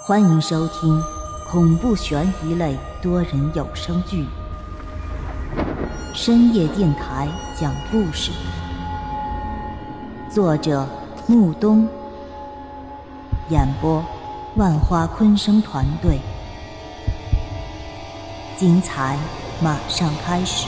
欢迎收听恐怖悬疑类多人有声剧《深夜电台讲故事》，作者木冬，演播万花昆声团队。精彩马上开始。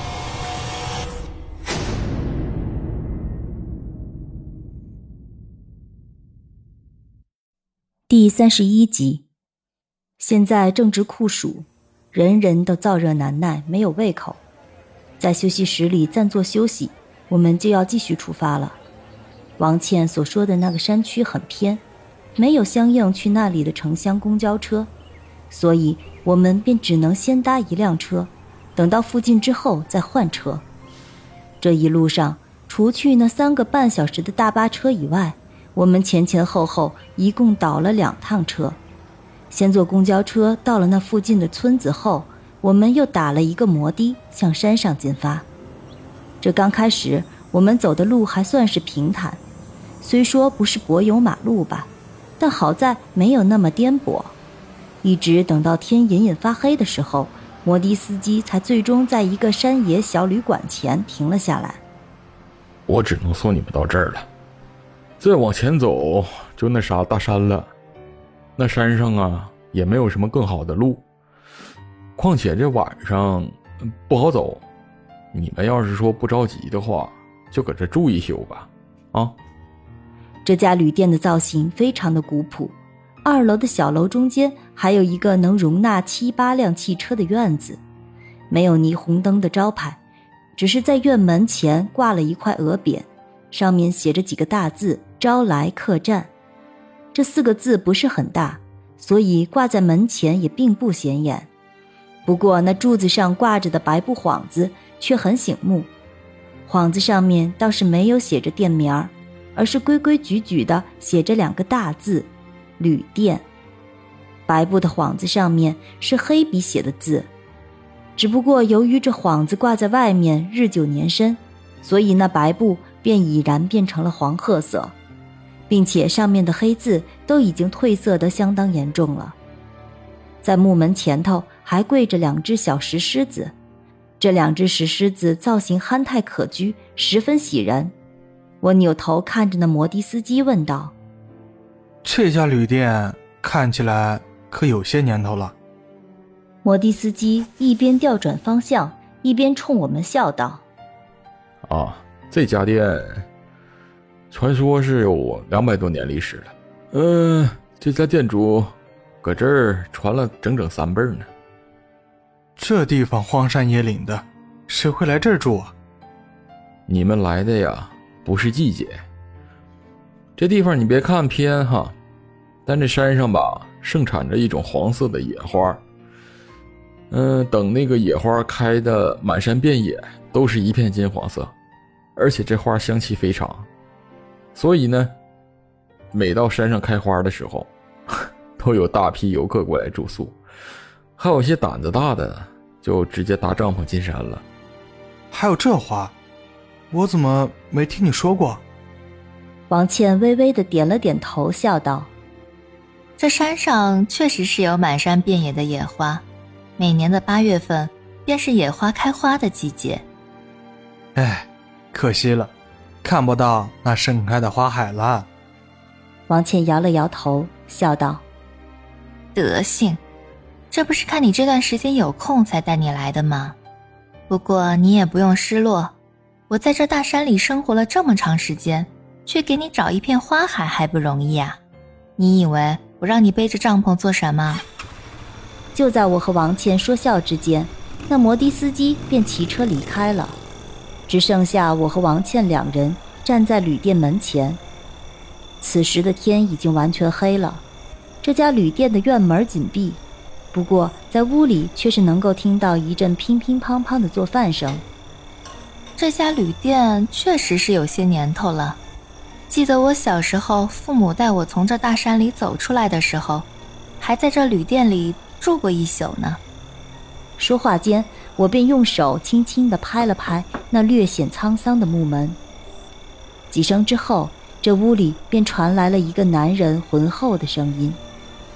第31集。现在正值酷暑，人人都燥热难耐，没有胃口。在休息室里暂作休息，我们就要继续出发了。王倩所说的那个山区很偏，没有相应去那里的城乡公交车，所以我们便只能先搭一辆车，等到附近之后再换车。这一路上，除去那3个半小时的大巴车以外，我们前前后后一共倒了2趟车。先坐公交车到了那附近的村子后，我们又打了一个摩的向山上进发。这刚开始我们走的路还算是平坦，虽说不是柏油马路吧，但好在没有那么颠簸。一直等到天隐隐发黑的时候，摩的司机才最终在一个山野小旅馆前停了下来。 我只能送你们到这儿了，再往前走就那啥大山了。那山上啊也没有什么更好的路，况且这晚上不好走，你们要是说不着急的话，就搁这住一宿吧。啊， 这家旅店的造型非常的古朴，2楼的小楼中间还有一个能容纳7、8辆汽车的院子，没有霓虹灯的招牌，只是在院门前挂了一块额匾，上面写着几个大字“招来客栈”。这4个字不是很大，所以挂在门前也并不显眼。不过那柱子上挂着的白布幌子却很醒目，幌子上面倒是没有写着店名，而是规规矩矩地写着2个大字“旅店”。白布的幌子上面是黑笔写的字，只不过由于这幌子挂在外面日久年深，所以那白布便已然变成了黄褐色，并且上面的黑字都已经褪色得相当严重了。在木门前头还跪着2只小石狮子，这2只石狮子造型憨态可掬，十分喜人。我扭头看着那摩的司机问道： 这家旅店看起来可有些年头了。 摩的司机一边调转方向，一边冲我们笑道： 啊，这家店传说是有200多年历史了。这家店主搁这儿传了整整3辈呢。 这地方荒山野岭的，谁会来这儿住啊？ 你们来的呀，不是季节。这地方你别看偏哈，但这山上吧，盛产着一种黄色的野花。等那个野花开的满山遍野，都是一片金黄色，而且这花香气非常。所以呢，每到山上开花的时候，都有大批游客过来住宿，还有些胆子大的就直接搭帐篷进山了。 还有这花，我怎么没听你说过？ 王倩微微地点了点头，笑道： 这山上确实是有满山遍野的野花，每年的8月份便是野花开花的季节。 哎，可惜了，看不到那盛开的花海了。 王倩摇了摇头，笑道： 德行，这不是看你这段时间有空才带你来的吗？不过你也不用失落，我在这大山里生活了这么长时间，去给你找一片花海还不容易啊？你以为我让你背着帐篷做什么？ 就在我和王倩说笑之间，那摩的司机便骑车离开了，只剩下我和王倩2人站在旅店门前。此时的天已经完全黑了，这家旅店的院门紧闭，不过在屋里却是能够听到一阵乒乒乓乓的做饭声。 这家旅店确实是有些年头了，记得我小时候父母带我从这大山里走出来的时候，还在这旅店里住过1宿呢。 说话间，我便用手轻轻地拍了拍那略显沧桑的木门。几声之后，这屋里便传来了一个男人浑厚的声音：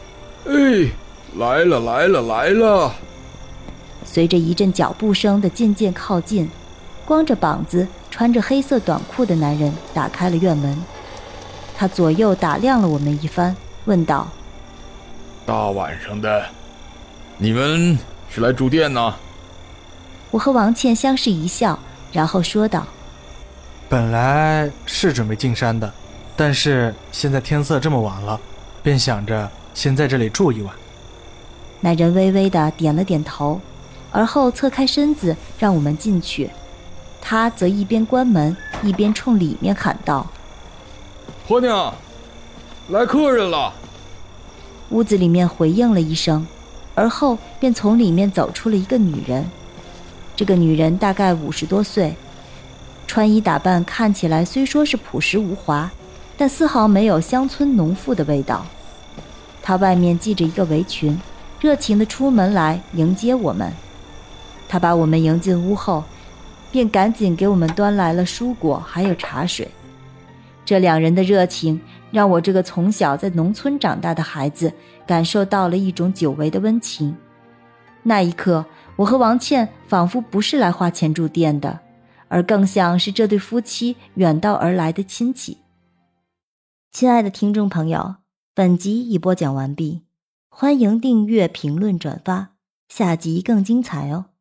哎，来了来了来了！ 随着一阵脚步声的渐渐靠近，光着膀子穿着黑色短裤的男人打开了院门。他左右打量了我们一番，问道： 大晚上的，你们是来住店呢？ 我和王倩相视一笑，然后说道： 本来是准备进山的，但是现在天色这么晚了，便想着先在这里住一晚。 那人微微地点了点头，而后侧开身子让我们进去。他则一边关门一边冲里面喊道： 婆娘，来客人了。 屋子里面回应了一声，而后便从里面走出了一个女人。这个女人大概50多岁，穿衣打扮看起来虽说是朴实无华，但丝毫没有乡村农妇的味道。她外面系着一个围裙，热情地出门来迎接我们。她把我们迎进屋后，便赶紧给我们端来了蔬果还有茶水。这两人的热情让我这个从小在农村长大的孩子感受到了一种久违的温情。那一刻，我和王倩仿佛不是来花钱住店的，而更像是这对夫妻远道而来的亲戚。亲爱的听众朋友，本集已播讲完毕，欢迎订阅、评论、转发，下集更精彩哦。